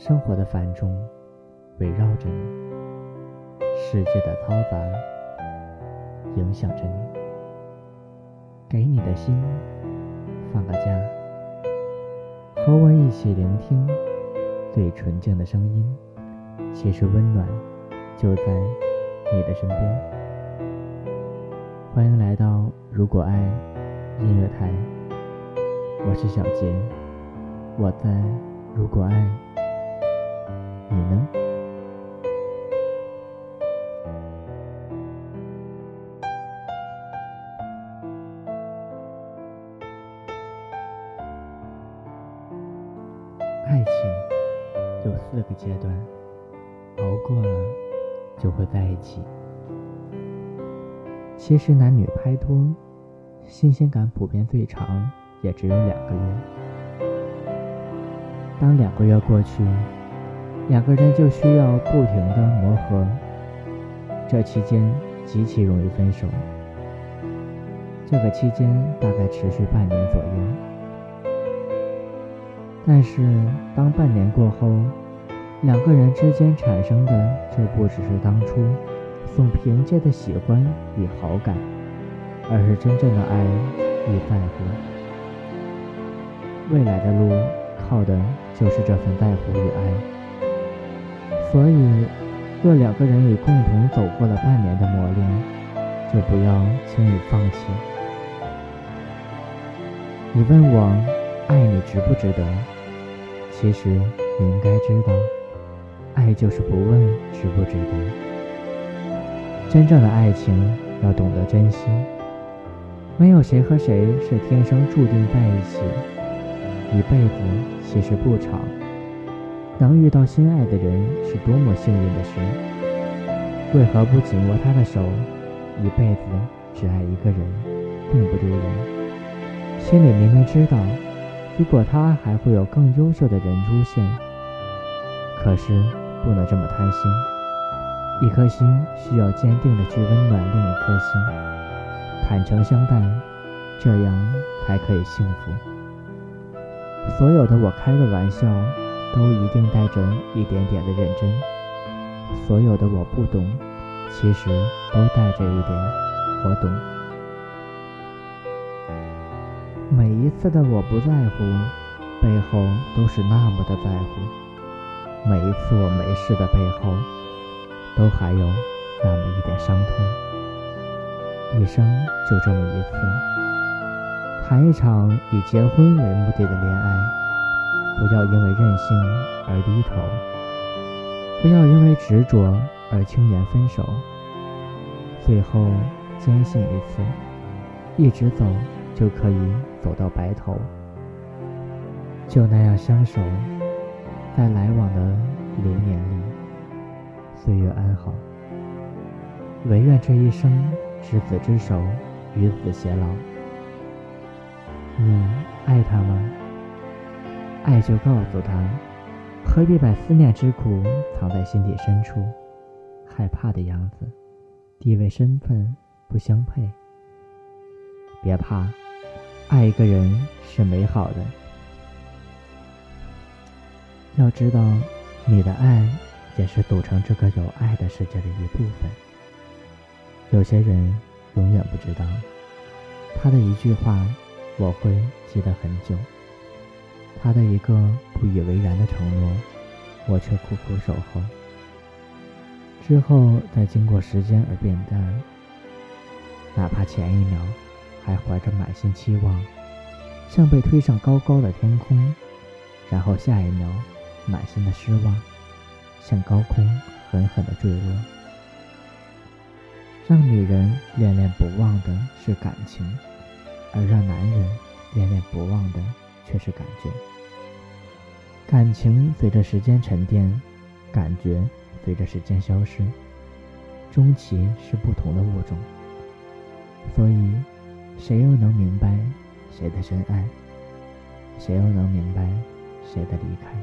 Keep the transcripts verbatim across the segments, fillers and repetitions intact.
生活的繁重围绕着你，世界的嘈杂影响着你。给你的心放个假，和我一起聆听最纯净的声音，其实温暖就在你的身边。欢迎来到如果爱音乐台，我是小杰，我在如果爱，你呢？爱情有四个阶段，熬过了就会在一起。其实男女拍拖，新鲜感普遍最长也只有两个月。当两个月过去，两个人就需要不停的磨合，这期间极其容易分手。这个期间大概持续半年左右。但是当半年过后，两个人之间产生的就不只是当初所凭借的喜欢与好感，而是真正的爱与在乎。未来的路靠的就是这份在乎与爱。所以若两个人已共同走过了半年的磨练，就不要轻易放弃。你问我爱你值不值得，其实你应该知道，爱就是不问值不值得。真正的爱情要懂得珍惜，没有谁和谁是天生注定在一起，一辈子其实不长，能遇到心爱的人是多么幸运的事。为何不紧握他的手，一辈子只爱一个人，并不丢人。心里明明知道，如果他还会有更优秀的人出现，可是不能这么贪心。一颗心需要坚定的去温暖另一颗心，坦诚相待，这样才可以幸福。所有的我开的玩笑都一定带着一点点的认真，所有的我不懂，其实都带着一点我懂。每一次的我不在乎，背后都是那么的在乎。每一次我没事的背后，都还有那么一点伤痛。一生就这么一次，谈一场以结婚为目的的恋爱，不要因为任性而低头，不要因为执着而轻言分手。最后坚信一次，一直走就可以走到白头。就那样相守，在来往的流年里，岁月安好。唯愿这一生执子之手，与子偕老。你爱他吗？爱就告诉他，何必把思念之苦藏在心底深处，害怕的样子，地位身份不相配。别怕，爱一个人是美好的。要知道，你的爱也是组成这个有爱的世界的一部分。有些人永远不知道，他的一句话我会记得很久，他的一个不以为然的承诺，我却苦苦守候。之后再经过时间而变淡，哪怕前一秒还怀着满心期望，像被推上高高的天空，然后下一秒满心的失望，向高空狠狠地坠落。让女人恋恋不忘的是感情，而让男人恋恋不忘的却是感觉。感情随着时间沉淀，感觉随着时间消失，终其是不同的物种。所以谁又能明白谁的深爱，谁又能明白谁的离开？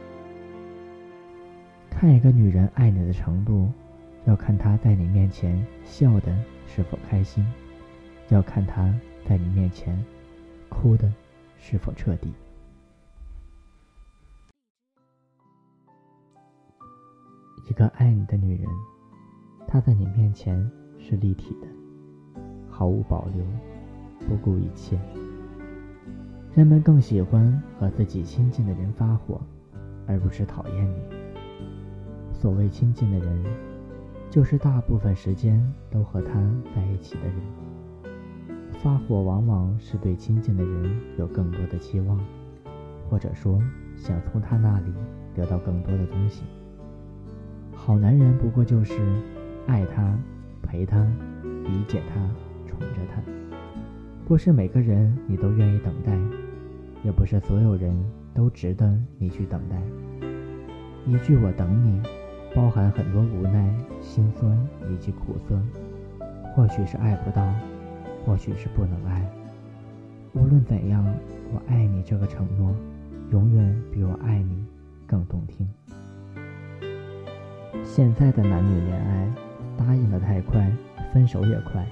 看一个女人爱你的程度，要看她在你面前笑的是否开心，要看她在你面前哭的是否彻底。 一个爱你的女人，她在你面前是立体的，毫无保留，不顾一切。人们更喜欢和自己亲近的人发火，而不是讨厌你。所谓亲近的人，就是大部分时间都和他在一起的人。发火往往是对亲近的人有更多的期望，或者说想从他那里得到更多的东西。好男人不过就是爱他、陪他、理解他、宠着他。不是每个人你都愿意等待，也不是所有人都值得你去等待。一句我等你，包含很多无奈、心酸以及苦涩。或许是爱不到，或许是不能爱。无论怎样，我爱你这个承诺永远比我爱你更动听。现在的男女恋爱，答应得太快，分手也快。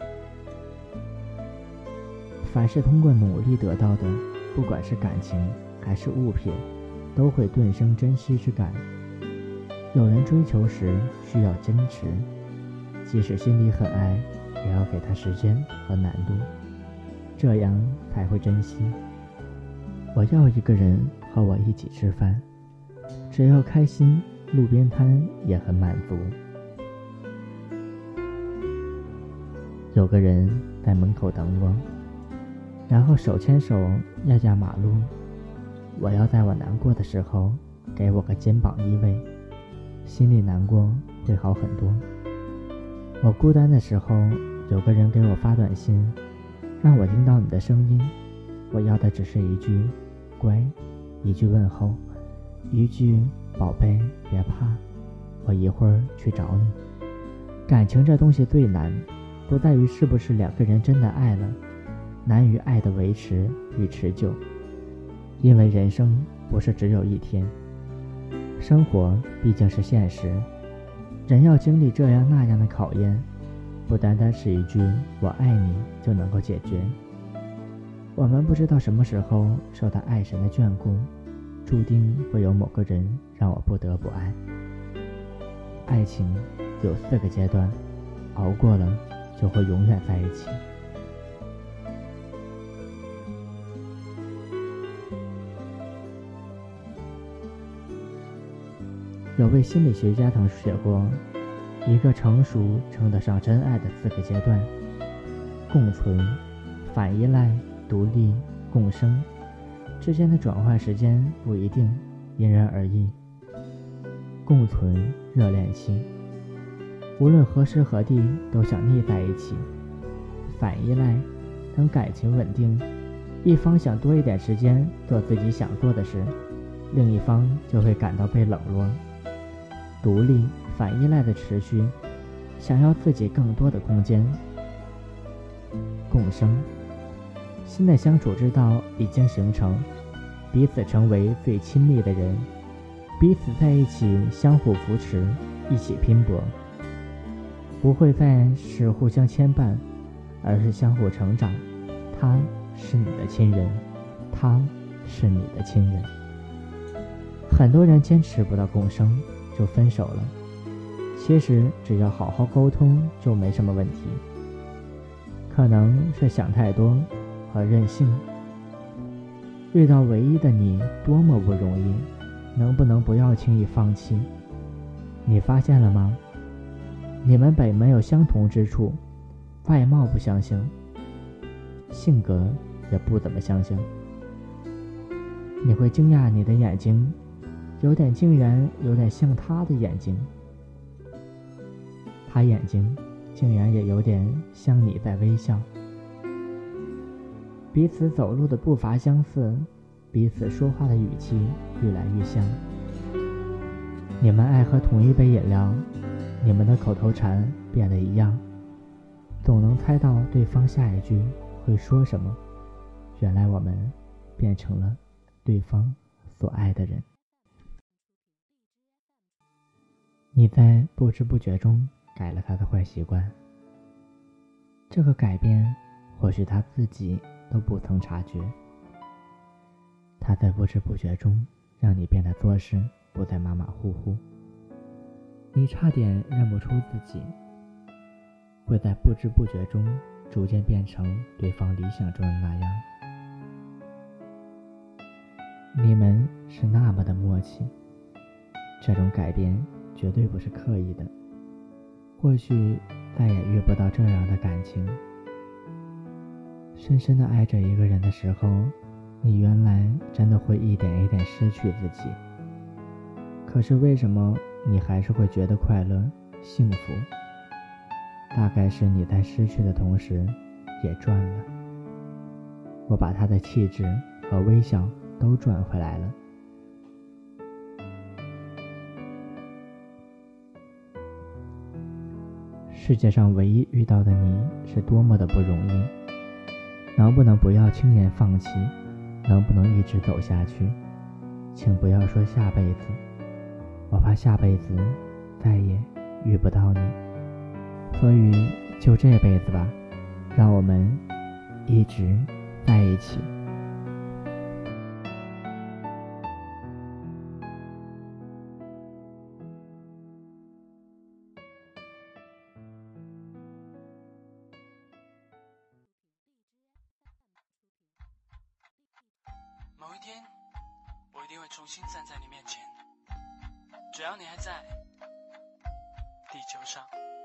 凡是通过努力得到的，不管是感情还是物品，都会顿生珍惜之感。有人追求时需要坚持，即使心里很爱，也要给他时间和难度，这样才会珍惜。我要一个人和我一起吃饭，只要开心，路边摊也很满足。有个人在门口等我，然后手牵手压压马路。我要在我难过的时候给我个肩膀依偎，心里难过会好很多。我孤单的时候，有个人给我发短信，让我听到你的声音。我要的只是一句乖，一句问候，一句宝贝别怕，我一会儿去找你。感情这东西最难，不在于是不是两个人真的爱了，难于爱的维持与持久。因为人生不是只有一天，生活毕竟是现实，人要经历这样那样的考验，不单单是一句我爱你就能够解决。我们不知道什么时候受到爱神的眷顾，注定会有某个人让我不得不爱。爱情有四个阶段，熬过了就会永远在一起。有位心理学家曾写过，一个成熟称得上真爱的四个阶段：共存、反依赖、独立、共生。之间的转换时间不一定，因人而异。共存热恋期，无论何时何地都想腻在一起。反依赖，等感情稳定，一方想多一点时间做自己想做的事，另一方就会感到被冷落。独立，反依赖的持续，想要自己更多的空间。共生，新的相处之道已经形成，彼此成为最亲密的人，彼此在一起相互扶持，一起拼搏。不会再是互相牵绊，而是相互成长。他是你的亲人，他是你的亲人。很多人坚持不到共生就分手了，其实只要好好沟通就没什么问题。可能是想太多和任性。遇到唯一的你多么不容易，能不能不要轻易放弃？你发现了吗？你们本没有相同之处，外貌不相像，性格也不怎么相像。你会惊讶你的眼睛有点竟然有点像他的眼睛，他眼睛竟然也有点像你在微笑。彼此走路的步伐相似，彼此说话的语气越来越像。你们爱喝同一杯饮料，你们的口头禅变得一样，总能猜到对方下一句会说什么。原来我们变成了对方所爱的人。你在不知不觉中改了他的坏习惯，这个改变或许他自己都不曾察觉。他在不知不觉中让你变得做事不再马马虎虎， 你差点认不出自己，会在不知不觉中逐渐变成对方理想中的那样。你们是那么的默契，这种改变绝对不是刻意的，或许再也遇不到这样的感情。深深地爱着一个人的时候，你原来真的会一点一点失去自己，可是为什么你还是会觉得快乐幸福？大概是你在失去的同时也赚了。我把他的气质和微笑都赚回来了。世界上唯一遇到的你是多么的不容易，能不能不要轻言放弃？能不能一直走下去？请不要说下辈子，我怕下辈子再也遇不到你。所以就这辈子吧，让我们一直在一起。 某一天，我一定会重新站在你面前，只要你还在地球上。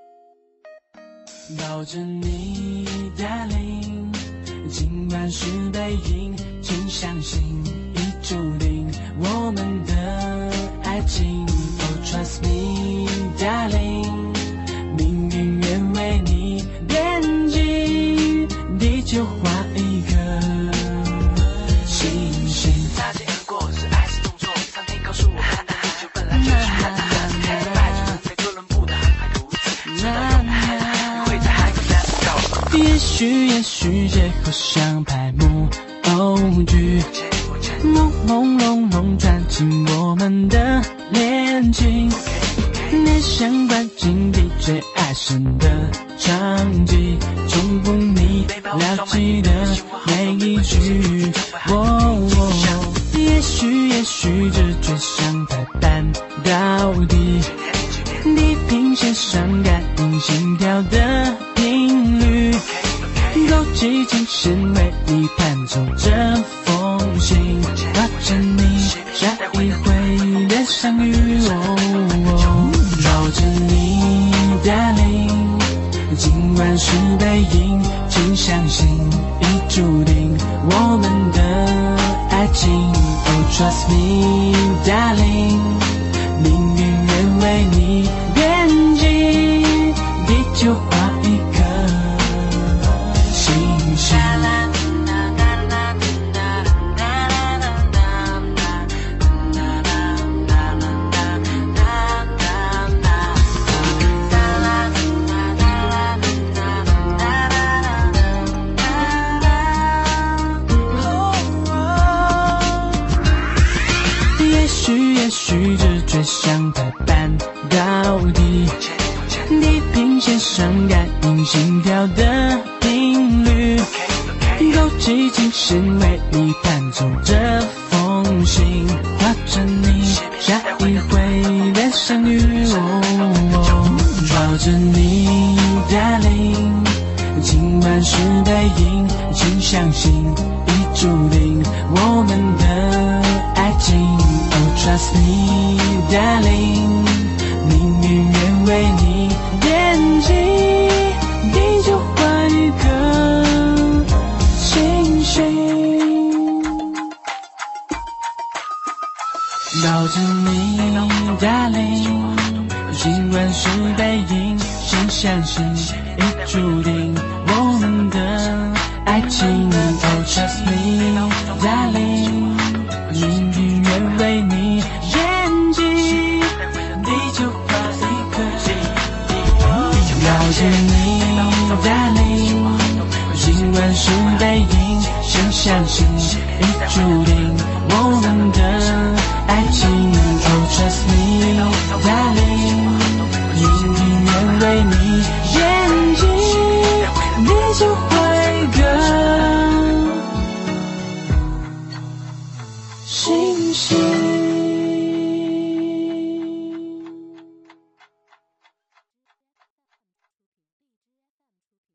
抱着你，darling，尽管是背影，请相信已注定我们的爱情。Oh trust me darling， 命运愿为你编辑地球画一个星星。擦肩而过是爱是动作，苍天告诉我看待地球本来就是它的样子，开摆着飞哥伦布的航海图纸，直到永恒你会在海底站到。也许也许最后像排幕偶剧，朦朦胧胧传进我们的恋情，面向环境里最爱神的场景，重复你牢记的每一句。哦哦，也许也许这最像排版到底，地平线上感应心跳的频率，够激情先为你弹奏这封信，画着你下一回的相遇。哦哦，绕着你darling，尽管是背影，请相信已注定我们的爱情。Oh trust me darling， 命运愿为你编辑地球画一颗星星。也许也许这最像排版到底，地平线上感应心跳的频率，够激情先为你弹奏这封信，画着你下一回的相遇。哦，绕着你darling， 尽管是背影，请相信已注定我们的爱情。Oh trust me darling， 命运愿为你编辑地球画一颗星星。抱着你darling， 尽管是背影，请相信已注定我们的爱情。Oh trust me darling， 命运愿为你编辑地球画一颗星。抱着你darling， 尽管是背影，请相信已注定我们的爱情。Oh trust me darling， 命运愿为你编辑地球画一个星星。